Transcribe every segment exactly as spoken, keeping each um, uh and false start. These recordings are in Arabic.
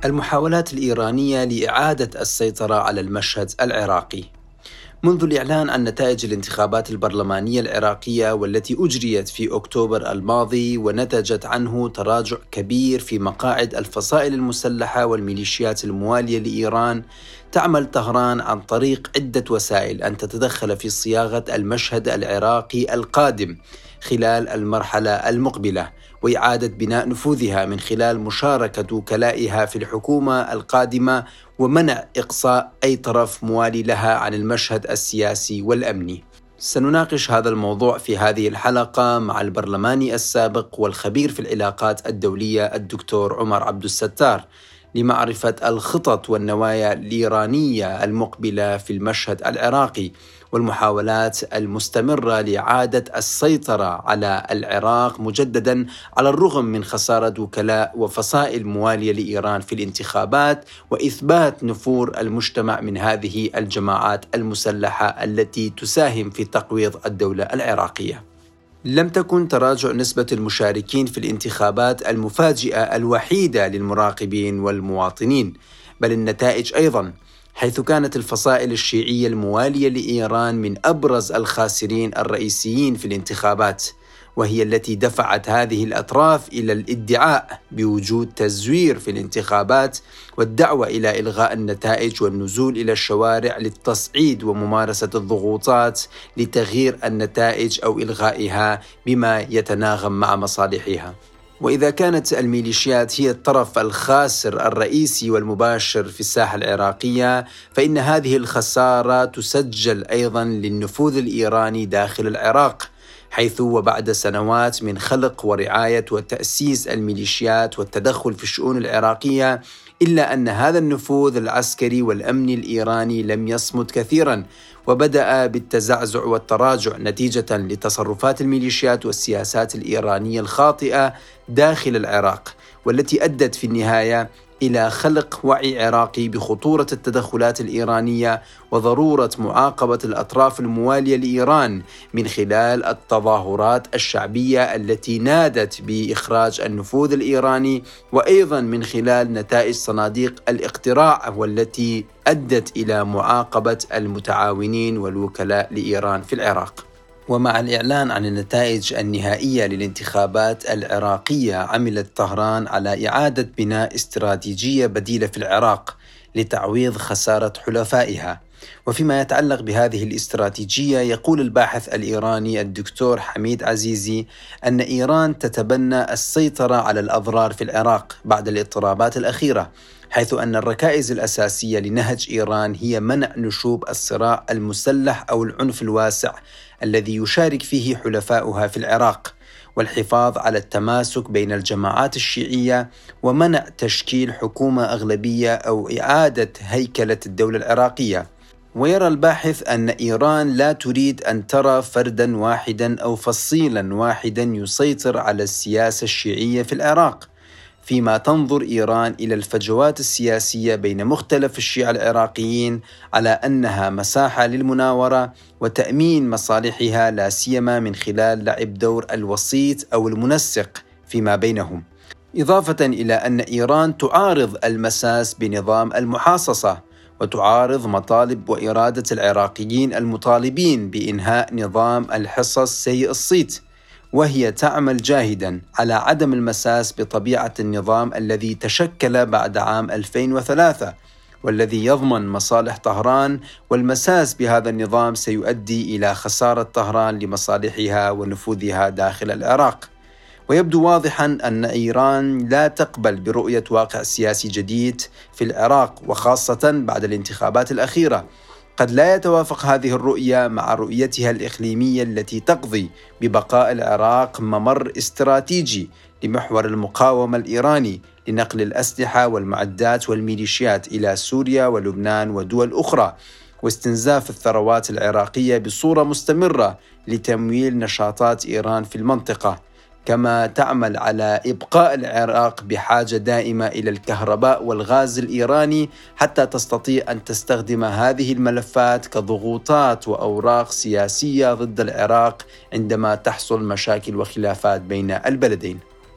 المحاولات الإيرانية لإعادة السيطرة على المشهد العراقي. منذ الإعلان عن نتائج الانتخابات البرلمانية العراقية والتي أجريت في أكتوبر الماضي ونتجت عنه تراجع كبير في مقاعد الفصائل المسلحة والميليشيات الموالية لإيران، تعمل طهران عن طريق عدة وسائل أن تتدخل في صياغة المشهد العراقي القادم خلال المرحلة المقبلة، وإعادة بناء نفوذها من خلال مشاركة وكلائها في الحكومة القادمة، ومنع إقصاء أي طرف موالي لها عن المشهد السياسي والأمني. سنناقش هذا الموضوع في هذه الحلقة مع البرلماني السابق والخبير في العلاقات الدولية الدكتور عمر عبد الستار لمعرفة الخطط والنوايا الإيرانية المقبلة في المشهد العراقي والمحاولات المستمرة لإعادة السيطرة على العراق مجددا على الرغم من خسارة وكلاء وفصائل موالية لإيران في الانتخابات وإثبات نفور المجتمع من هذه الجماعات المسلحة التي تساهم في تقويض الدولة العراقية. لم تكن تراجع نسبة المشاركين في الانتخابات المفاجئة الوحيدة للمراقبين والمواطنين، بل النتائج أيضاً، حيث كانت الفصائل الشيعية الموالية لإيران من أبرز الخاسرين الرئيسيين في الانتخابات، وهي التي دفعت هذه الأطراف إلى الادعاء بوجود تزوير في الانتخابات والدعوة إلى إلغاء النتائج والنزول إلى الشوارع للتصعيد وممارسة الضغوطات لتغيير النتائج أو إلغائها بما يتناغم مع مصالحها. وإذا كانت الميليشيات هي الطرف الخاسر الرئيسي والمباشر في الساحة العراقية، فإن هذه الخسارة تسجل أيضا للنفوذ الإيراني داخل العراق، حيث وبعد سنوات من خلق ورعاية وتأسيس الميليشيات والتدخل في الشؤون العراقية، إلا أن هذا النفوذ العسكري والأمني الإيراني لم يصمد كثيرا، وبدأ بالتزعزع والتراجع نتيجة لتصرفات الميليشيات والسياسات الإيرانية الخاطئة داخل العراق، والتي أدت في النهاية إلى خلق وعي عراقي بخطورة التدخلات الإيرانية وضرورة معاقبة الأطراف الموالية لإيران من خلال التظاهرات الشعبية التي نادت بإخراج النفوذ الإيراني، وأيضا من خلال نتائج صناديق الاقتراع والتي أدت إلى معاقبة المتعاونين والوكلاء لإيران في العراق. ومع الإعلان عن النتائج النهائية للانتخابات العراقية، عملت طهران على إعادة بناء استراتيجية بديلة في العراق لتعويض خسارة حلفائها. وفيما يتعلق بهذه الاستراتيجية، يقول الباحث الإيراني الدكتور حميد عزيزي أن إيران تتبنى السيطرة على الأضرار في العراق بعد الاضطرابات الأخيرة، حيث أن الركائز الأساسية لنهج إيران هي منع نشوب الصراع المسلح أو العنف الواسع الذي يشارك فيه حلفاؤها في العراق، والحفاظ على التماسك بين الجماعات الشيعية، ومنع تشكيل حكومة أغلبية أو إعادة هيكلة الدولة العراقية. ويرى الباحث أن إيران لا تريد أن ترى فردا واحدا أو فصيلا واحدا يسيطر على السياسة الشيعية في العراق، فيما تنظر إيران إلى الفجوات السياسية بين مختلف الشيعة العراقيين على أنها مساحة للمناورة وتأمين مصالحها، لا سيما من خلال لعب دور الوسيط أو المنسق فيما بينهم، إضافة إلى أن إيران تعارض المساس بنظام المحاصصة، وتعارض مطالب وإرادة العراقيين المطالبين بإنهاء نظام الحصص سيء الصيت، وهي تعمل جاهدا على عدم المساس بطبيعة النظام الذي تشكل بعد عام ألفين وثلاثة والذي يضمن مصالح طهران، والمساس بهذا النظام سيؤدي إلى خسارة طهران لمصالحها ونفوذها داخل العراق. ويبدو واضحا أن إيران لا تقبل برؤية واقع سياسي جديد في العراق، وخاصة بعد الانتخابات الأخيرة. قد لا يتوافق هذه الرؤية مع رؤيتها الإقليمية التي تقضي ببقاء العراق ممر استراتيجي لمحور المقاومة الإيراني لنقل الأسلحة والمعدات والميليشيات إلى سوريا ولبنان ودول أخرى، واستنزاف الثروات العراقية بصورة مستمرة لتمويل نشاطات إيران في المنطقة، كما تعمل على إبقاء العراق بحاجة دائمة إلى الكهرباء والغاز الإيراني حتى تستطيع أن تستخدم هذه الملفات كضغوطات وأوراق سياسية ضد العراق عندما تحصل مشاكل وخلافات بين البلدين.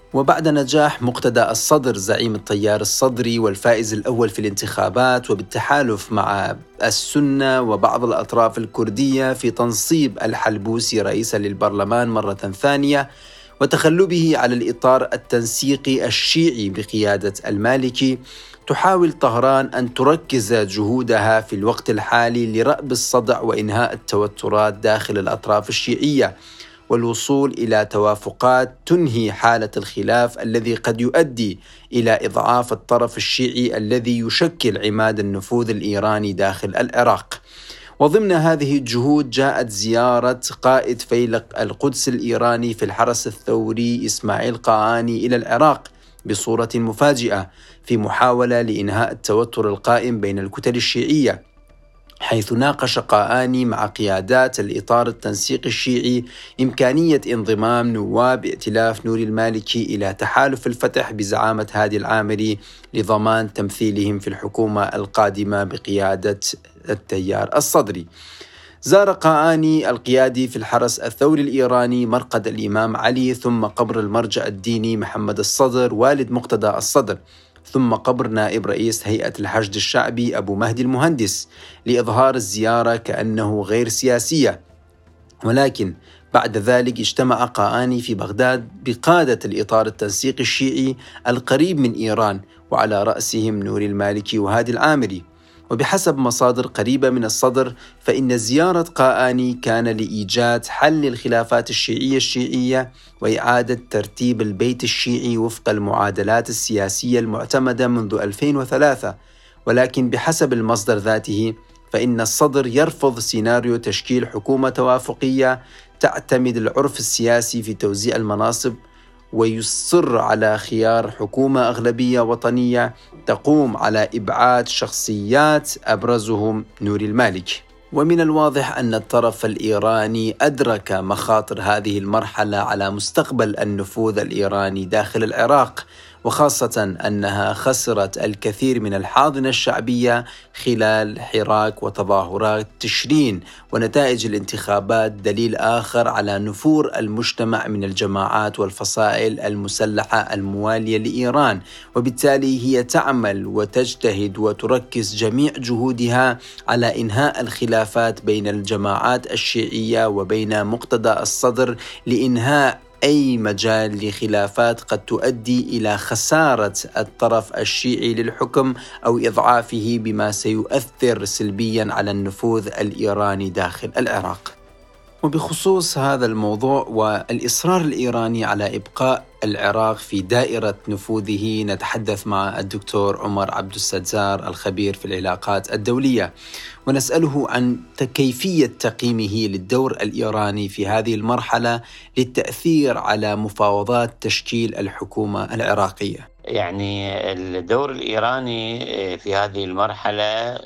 وبعد نجاح مقتدى الصدر زعيم التيار الصدري والفائز الأول في الانتخابات، وبالتحالف مع السنة وبعض الأطراف الكردية في تنصيب الحلبوسي رئيسا للبرلمان مرة ثانية، وتخلبه على الإطار التنسيقي الشيعي بقيادة المالكي، تحاول طهران أن تركز جهودها في الوقت الحالي لرأب الصدع وإنهاء التوترات داخل الأطراف الشيعية، والوصول إلى توافقات تنهي حالة الخلاف الذي قد يؤدي إلى إضعاف الطرف الشيعي الذي يشكل عماد النفوذ الإيراني داخل العراق. وضمن هذه الجهود جاءت زيارة قائد فيلق القدس الإيراني في الحرس الثوري إسماعيل قاآني إلى العراق بصورة مفاجئة في محاولة لإنهاء التوتر القائم بين الكتل الشيعية، حيث ناقش قاآني مع قيادات الإطار التنسيقي الشيعي إمكانية انضمام نواب ائتلاف نور المالكي إلى تحالف الفتح بزعامة هادي العامري لضمان تمثيلهم في الحكومة القادمة بقيادة التيار الصدري. زار قاآني القيادي في الحرس الثوري الإيراني مرقد الإمام علي، ثم قبر المرجع الديني محمد الصدر والد مقتدى الصدر، ثم قبر نائب رئيس هيئة الحشد الشعبي أبو مهدي المهندس، لإظهار الزيارة كأنه غير سياسية. ولكن بعد ذلك اجتمع قاآني في بغداد بقادة الإطار التنسيقي الشيعي القريب من إيران، وعلى رأسهم نور المالكي وهادي العامري. وبحسب مصادر قريبة من الصدر، فإن زيارة قاآني كان لإيجاد حل للخلافات الشيعية الشيعية وإعادة ترتيب البيت الشيعي وفق المعادلات السياسية المعتمدة منذ ألفين وثلاثة. ولكن بحسب المصدر ذاته، فإن الصدر يرفض سيناريو تشكيل حكومة توافقية تعتمد العرف السياسي في توزيع المناصب، ويصر على خيار حكومة أغلبية وطنية تقوم على إبعاد شخصيات أبرزهم نور المالكي. ومن الواضح أن الطرف الإيراني أدرك مخاطر هذه المرحلة على مستقبل النفوذ الإيراني داخل العراق، وخاصة أنها خسرت الكثير من الحاضنة الشعبية خلال حراك وتظاهرات تشرين، ونتائج الانتخابات دليل آخر على نفور المجتمع من الجماعات والفصائل المسلحة الموالية لإيران. وبالتالي هي تعمل وتجتهد وتركز جميع جهودها على إنهاء الخلافات بين الجماعات الشيعية وبين مقتدى الصدر، لإنهاء أي مجال لخلافات قد تؤدي إلى خسارة الطرف الشيعي للحكم أو إضعافه، بما سيؤثر سلبيا على النفوذ الإيراني داخل العراق. وبخصوص هذا الموضوع والإصرار الإيراني على إبقاء العراق في دائرة نفوذه، نتحدث مع الدكتور عمر عبد الستار الخبير في العلاقات الدولية، ونسأله عن كيفية تقييمه للدور الإيراني في هذه المرحلة للتأثير على مفاوضات تشكيل الحكومة العراقية. يعني الدور الإيراني في هذه المرحلة،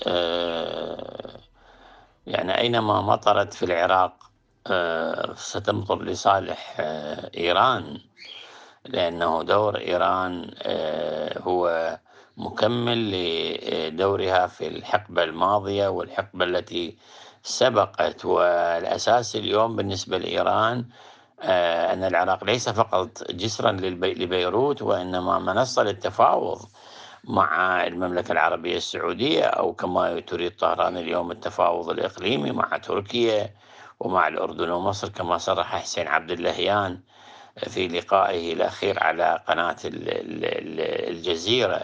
يعني أينما مطرت في العراق ستمطر لصالح إيران، لأنه دور إيران هو مكمل لدورها في الحقبة الماضية والحقبة التي سبقت. والأساس اليوم بالنسبة لإيران أن العراق ليس فقط جسرا لبيروت، وإنما منصة للتفاوض مع المملكة العربية السعودية، أو كما تريد طهران اليوم التفاوض الإقليمي مع تركيا ومع الأردن ومصر، كما صرح حسين عبد اللهيان في لقائه الأخير على قناة الجزيرة.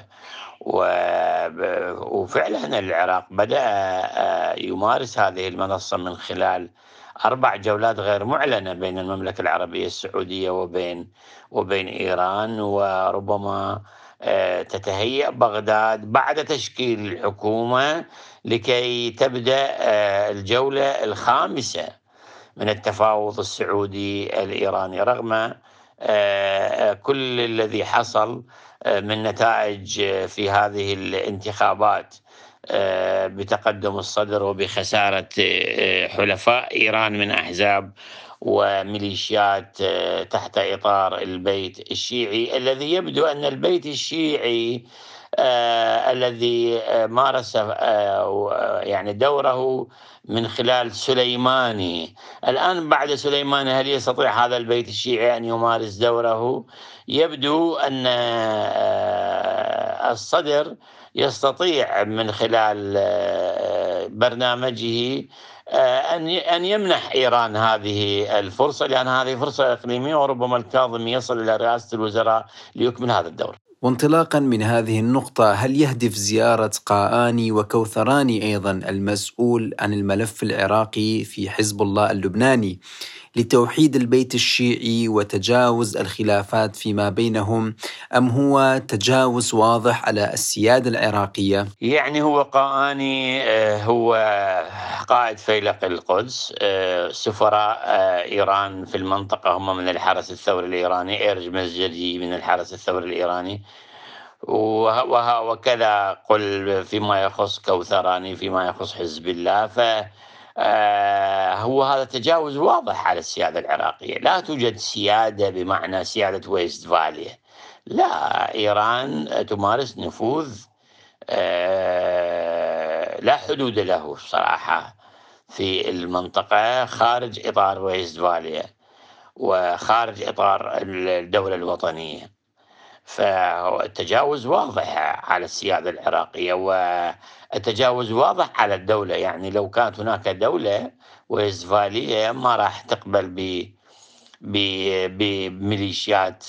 وفعلا العراق بدأ يمارس هذه المنصة من خلال أربع جولات غير معلنة بين المملكة العربية السعودية وبين وبين إيران، وربما تتهيأ بغداد بعد تشكيل الحكومة لكي تبدأ الجولة الخامسة من التفاوض السعودي الإيراني، رغم كل الذي حصل من نتائج في هذه الانتخابات بتقدم الصدر وبخسارة حلفاء إيران من أحزاب وميليشيات تحت إطار البيت الشيعي، الذي يبدو أن البيت الشيعي آه الذي آه مارس آه يعني دوره من خلال سليماني. الآن بعد سليماني هل يستطيع هذا البيت الشيعي أن يمارس دوره؟ يبدو أن آه الصدر يستطيع من خلال آه برنامجه أن أن يمنح إيران هذه الفرصة، لأن هذه فرصة إقليمية، وربما الكاظمي يصل إلى رئاسة الوزراء ليكمل هذا الدور. وانطلاقا من هذه النقطة، هل يهدف زيارة قاآني وكوثراني أيضا المسؤول عن الملف العراقي في حزب الله اللبناني لتوحيد البيت الشيعي وتجاوز الخلافات فيما بينهم، أم هو تجاوز واضح على السيادة العراقية؟ يعني هو قاآني هو قائد فيلق القدس، سفراء إيران في المنطقة هم من الحرس الثوري الإيراني، إيرج مزجدي من الحرس الثوري الإيراني، وكذا قل فيما يخص كوثراني فيما يخص حزب الله. ف هو هذا تجاوز واضح على السيادة العراقية. لا توجد سيادة بمعنى سيادة ويستفاليا، لا، إيران تمارس نفوذ لا حدود له صراحة في المنطقة، خارج إطار ويستفاليا وخارج إطار الدولة الوطنية. فالتجاوز واضح على السيادة العراقية، والتجاوز واضح على الدولة. يعني لو كانت هناك دولة ويستفالية ما راح تقبل ب بميليشيات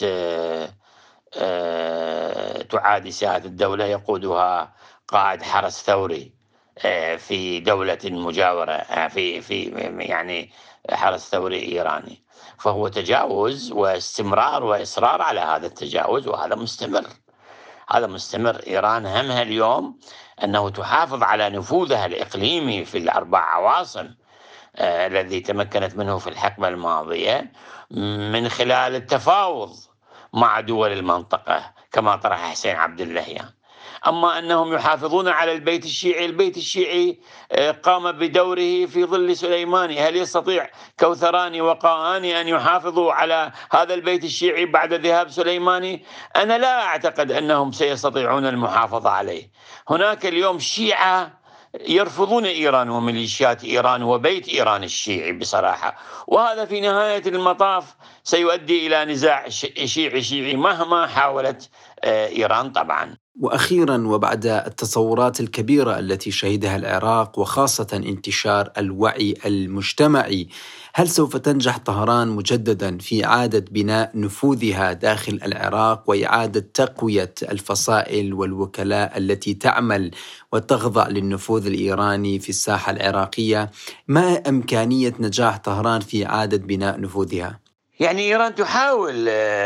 تعادي سيادة الدولة يقودها قائد حرس ثوري في دولة مجاورة، في في يعني حرس ثوري إيراني. فهو تجاوز واستمرار وإصرار على هذا التجاوز، وهذا مستمر. هذا مستمر. إيران همها اليوم أنه تحافظ على نفوذها الإقليمي في الأربع عواصم آه الذي تمكنت منه في الحقبة الماضية من خلال التفاوض مع دول المنطقة كما طرح حسين عبد اللهيان. أما أنهم يحافظون على البيت الشيعي، البيت الشيعي قام بدوره في ظل سليماني. هل يستطيع كوثراني وقاآني أن يحافظوا على هذا البيت الشيعي بعد ذهاب سليماني؟ أنا لا أعتقد أنهم سيستطيعون المحافظة عليه. هناك اليوم شيعة يرفضون إيران وميليشيات إيران وبيت إيران الشيعي بصراحة، وهذا في نهاية المطاف سيؤدي إلى نزاع شيعي شيعي مهما حاولت إيران طبعا. وأخيرا، وبعد التصورات الكبيرة التي شهدها العراق وخاصة انتشار الوعي المجتمعي، هل سوف تنجح طهران مجددا في إعادة بناء نفوذها داخل العراق وإعادة تقوية الفصائل والوكلاء التي تعمل وتخضع للنفوذ الإيراني في الساحة العراقية؟ ما إمكانية نجاح طهران في إعادة بناء نفوذها؟ يعني إيران تحاول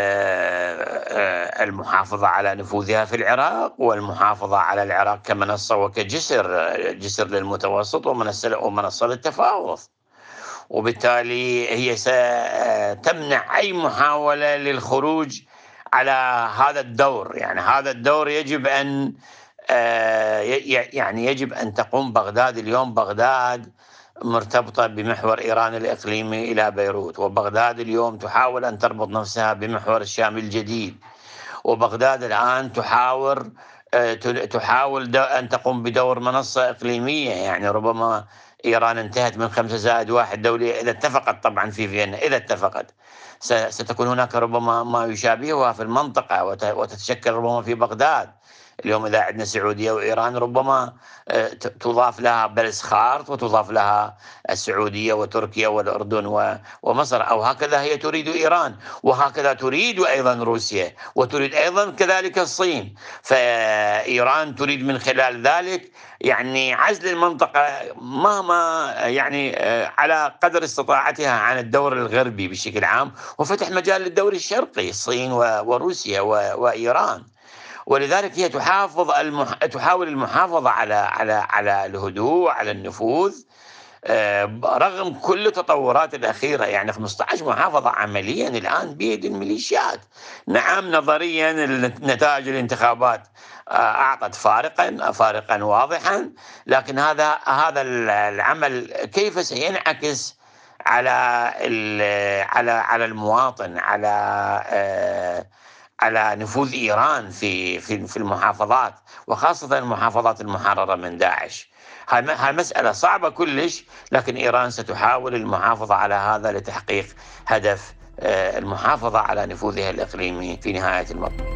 المحافظة على نفوذها في العراق، والمحافظة على العراق كمنصة وكجسر جسر للمتوسط ومنصة للتفاوض، وبالتالي هي ستمنع أي محاولة للخروج على هذا الدور. يعني هذا الدور يجب أن يعني يجب أن تقوم بغداد. اليوم بغداد مرتبطة بمحور إيران الإقليمي إلى بيروت، وبغداد اليوم تحاول أن تربط نفسها بمحور الشام الجديد، وبغداد الآن تحاول تحاول أن تقوم بدور منصة إقليمية. يعني ربما إيران انتهت من خمسة زائد واحد دولية إذا اتفقت طبعا في فيينا، إذا اتفقت ستكون هناك ربما ما يشابهها في المنطقة وتتشكل ربما في بغداد. اليوم إذا عندنا سعودية وإيران ربما تضاف لها بلسخارت وتضاف لها السعودية وتركيا والأردن ومصر، أو هكذا هي تريد إيران، وهكذا تريد أيضا روسيا، وتريد أيضا كذلك الصين. فإيران تريد من خلال ذلك يعني عزل المنطقة مهما يعني على قدر استطاعتها عن الدور الغربي بشكل عام، وفتح مجال للدور الشرقي، الصين وروسيا وإيران. ولذلك هي تحافظ المح... تحاول المحافظة على على على الهدوء، على النفوذ رغم كل التطورات الأخيرة. يعني خمسة عشر محافظة عمليا الآن بيد الميليشيات. نعم، نظريا نتائج الانتخابات أعطت فارقا فارقا واضحا، لكن هذا هذا العمل كيف سينعكس على على على المواطن، على على نفوذ إيران في في في المحافظات، وخاصة المحافظات المحررة من داعش. هاي مسألة صعبة كلش، لكن إيران ستحاول المحافظة على هذا لتحقيق هدف المحافظة على نفوذها الإقليمي في نهاية المطاف.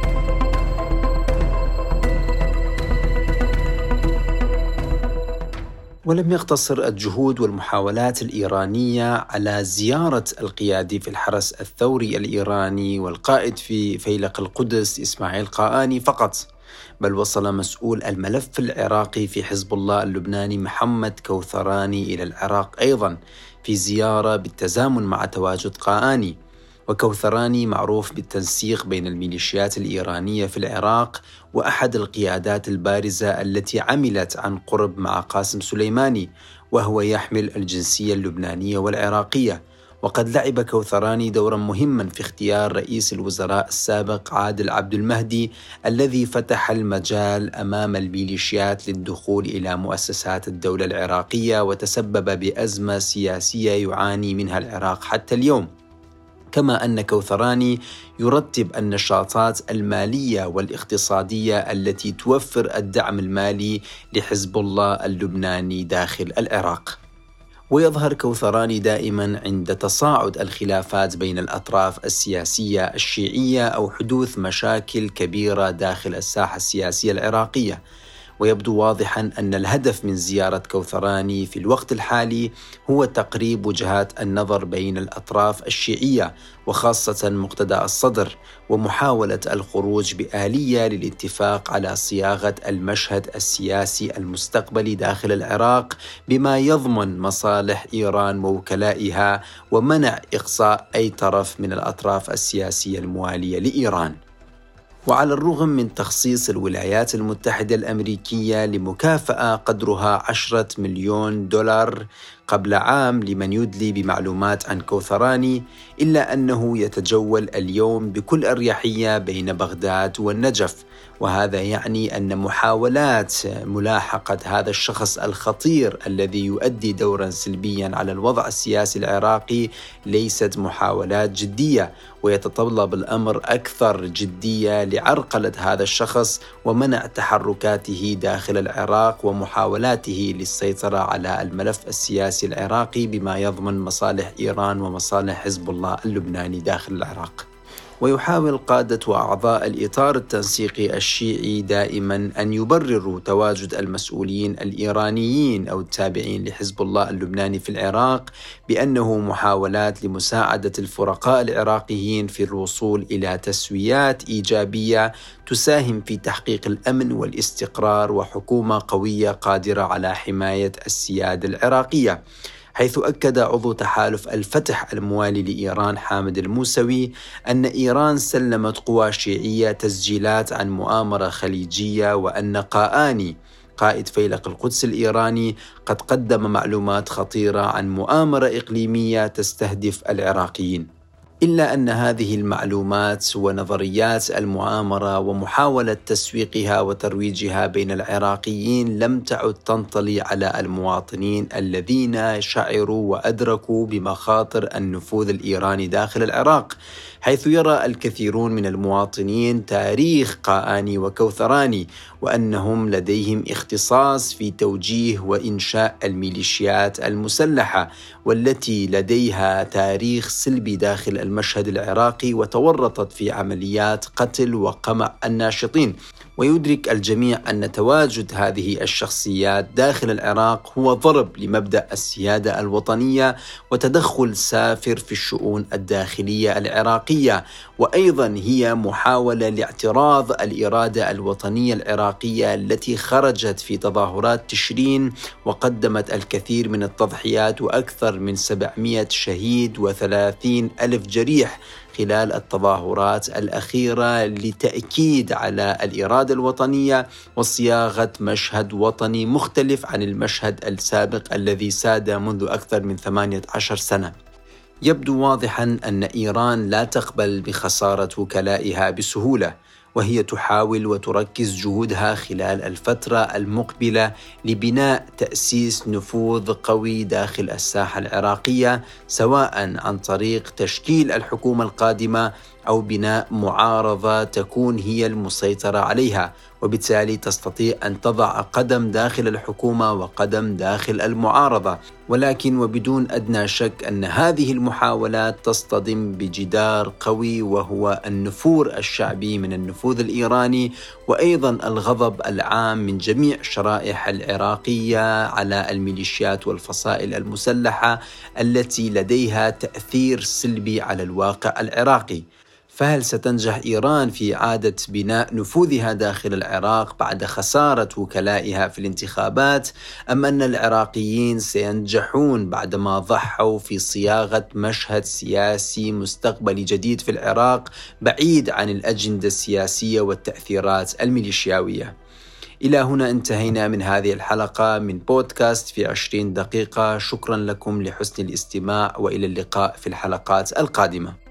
ولم يقتصر الجهود والمحاولات الإيرانية على زيارة القيادي في الحرس الثوري الإيراني والقائد في فيلق القدس إسماعيل قاآني فقط، بل وصل مسؤول الملف العراقي في حزب الله اللبناني محمد كوثراني إلى العراق أيضا في زيارة بالتزامن مع تواجد قاآني. وكوثراني معروف بالتنسيق بين الميليشيات الإيرانية في العراق، وأحد القيادات البارزة التي عملت عن قرب مع قاسم سليماني، وهو يحمل الجنسية اللبنانية والعراقية. وقد لعب كوثراني دورا مهما في اختيار رئيس الوزراء السابق عادل عبد المهدي، الذي فتح المجال أمام الميليشيات للدخول إلى مؤسسات الدولة العراقية، وتسبب بأزمة سياسية يعاني منها العراق حتى اليوم. كما أن كوثراني يرتب النشاطات المالية والاقتصادية التي توفر الدعم المالي لحزب الله اللبناني داخل العراق. ويظهر كوثراني دائما عند تصاعد الخلافات بين الأطراف السياسية الشيعية أو حدوث مشاكل كبيرة داخل الساحة السياسية العراقية. ويبدو واضحا أن الهدف من زيارة كوثراني في الوقت الحالي هو تقريب وجهات النظر بين الأطراف الشيعية، وخاصة مقتدى الصدر، ومحاولة الخروج بآلية للاتفاق على صياغة المشهد السياسي المستقبلي داخل العراق بما يضمن مصالح إيران ووكلائها، ومنع إقصاء أي طرف من الأطراف السياسية الموالية لإيران. وعلى الرغم من تخصيص الولايات المتحدة الأمريكية لمكافأة قدرها عشرة مليون دولار قبل عام لمن يدلي بمعلومات عن كوثراني، إلا أنه يتجول اليوم بكل أريحية بين بغداد والنجف. وهذا يعني أن محاولات ملاحقة هذا الشخص الخطير الذي يؤدي دورا سلبيا على الوضع السياسي العراقي ليست محاولات جدية، ويتطلب الأمر أكثر جدية لعرقلة هذا الشخص ومنع تحركاته داخل العراق ومحاولاته للسيطرة على الملف السياسي العراقي بما يضمن مصالح إيران ومصالح حزب الله اللبناني داخل العراق. ويحاول قادة وأعضاء الإطار التنسيقي الشيعي دائما أن يبرروا تواجد المسؤولين الإيرانيين أو التابعين لحزب الله اللبناني في العراق بأنه محاولات لمساعدة الفرقاء العراقيين في الوصول إلى تسويات إيجابية تساهم في تحقيق الأمن والاستقرار وحكومة قوية قادرة على حماية السيادة العراقية. حيث أكد عضو تحالف الفتح الموالي لإيران حامد الموسوي أن إيران سلمت قوى شيعية تسجيلات عن مؤامرة خليجية، وأن قاآني قائد فيلق القدس الإيراني قد قدم معلومات خطيرة عن مؤامرة إقليمية تستهدف العراقيين. إلا أن هذه المعلومات ونظريات المؤامرة ومحاولة تسويقها وترويجها بين العراقيين لم تعد تنطلي على المواطنين الذين شعروا وأدركوا بمخاطر النفوذ الإيراني داخل العراق، حيث يرى الكثيرون من المواطنين تاريخ قاآني وكوثراني وأنهم لديهم اختصاص في توجيه وإنشاء الميليشيات المسلحة، والتي لديها تاريخ سلبي داخل المشهد العراقي وتورطت في عمليات قتل وقمع الناشطين. ويدرك الجميع أن تواجد هذه الشخصيات داخل العراق هو ضرب لمبدأ السيادة الوطنية وتدخل سافر في الشؤون الداخلية العراقية، وأيضا هي محاولة لاعتراض الإرادة الوطنية العراقية التي خرجت في تظاهرات تشرين وقدمت الكثير من التضحيات وأكثر من سبعمائة شهيد وثلاثين ألف جريح خلال التظاهرات الأخيرة لتأكيد على الإرادة الوطنية وصياغة مشهد وطني مختلف عن المشهد السابق الذي ساد منذ أكثر من ثمانية عشر سنة. يبدو واضحا أن إيران لا تقبل بخسارة وكلائها بسهولة، وهي تحاول وتركز جهودها خلال الفترة المقبلة لبناء تأسيس نفوذ قوي داخل الساحة العراقية، سواء عن طريق تشكيل الحكومة القادمة أو بناء معارضة تكون هي المسيطرة عليها، وبالتالي تستطيع أن تضع قدم داخل الحكومة وقدم داخل المعارضة. ولكن وبدون أدنى شك أن هذه المحاولات تصطدم بجدار قوي، وهو النفور الشعبي من النفوذ الإيراني، وأيضا الغضب العام من جميع الشرائح العراقية على الميليشيات والفصائل المسلحة التي لديها تأثير سلبي على الواقع العراقي. فهل ستنجح إيران في إعادة بناء نفوذها داخل العراق بعد خسارة وكلائها في الانتخابات، أم أن العراقيين سينجحون بعدما ضحوا في صياغة مشهد سياسي مستقبلي جديد في العراق بعيد عن الأجندة السياسية والتأثيرات الميليشياوية؟ إلى هنا انتهينا من هذه الحلقة من بودكاست في عشرين دقيقة. شكرا لكم لحسن الاستماع، وإلى اللقاء في الحلقات القادمة.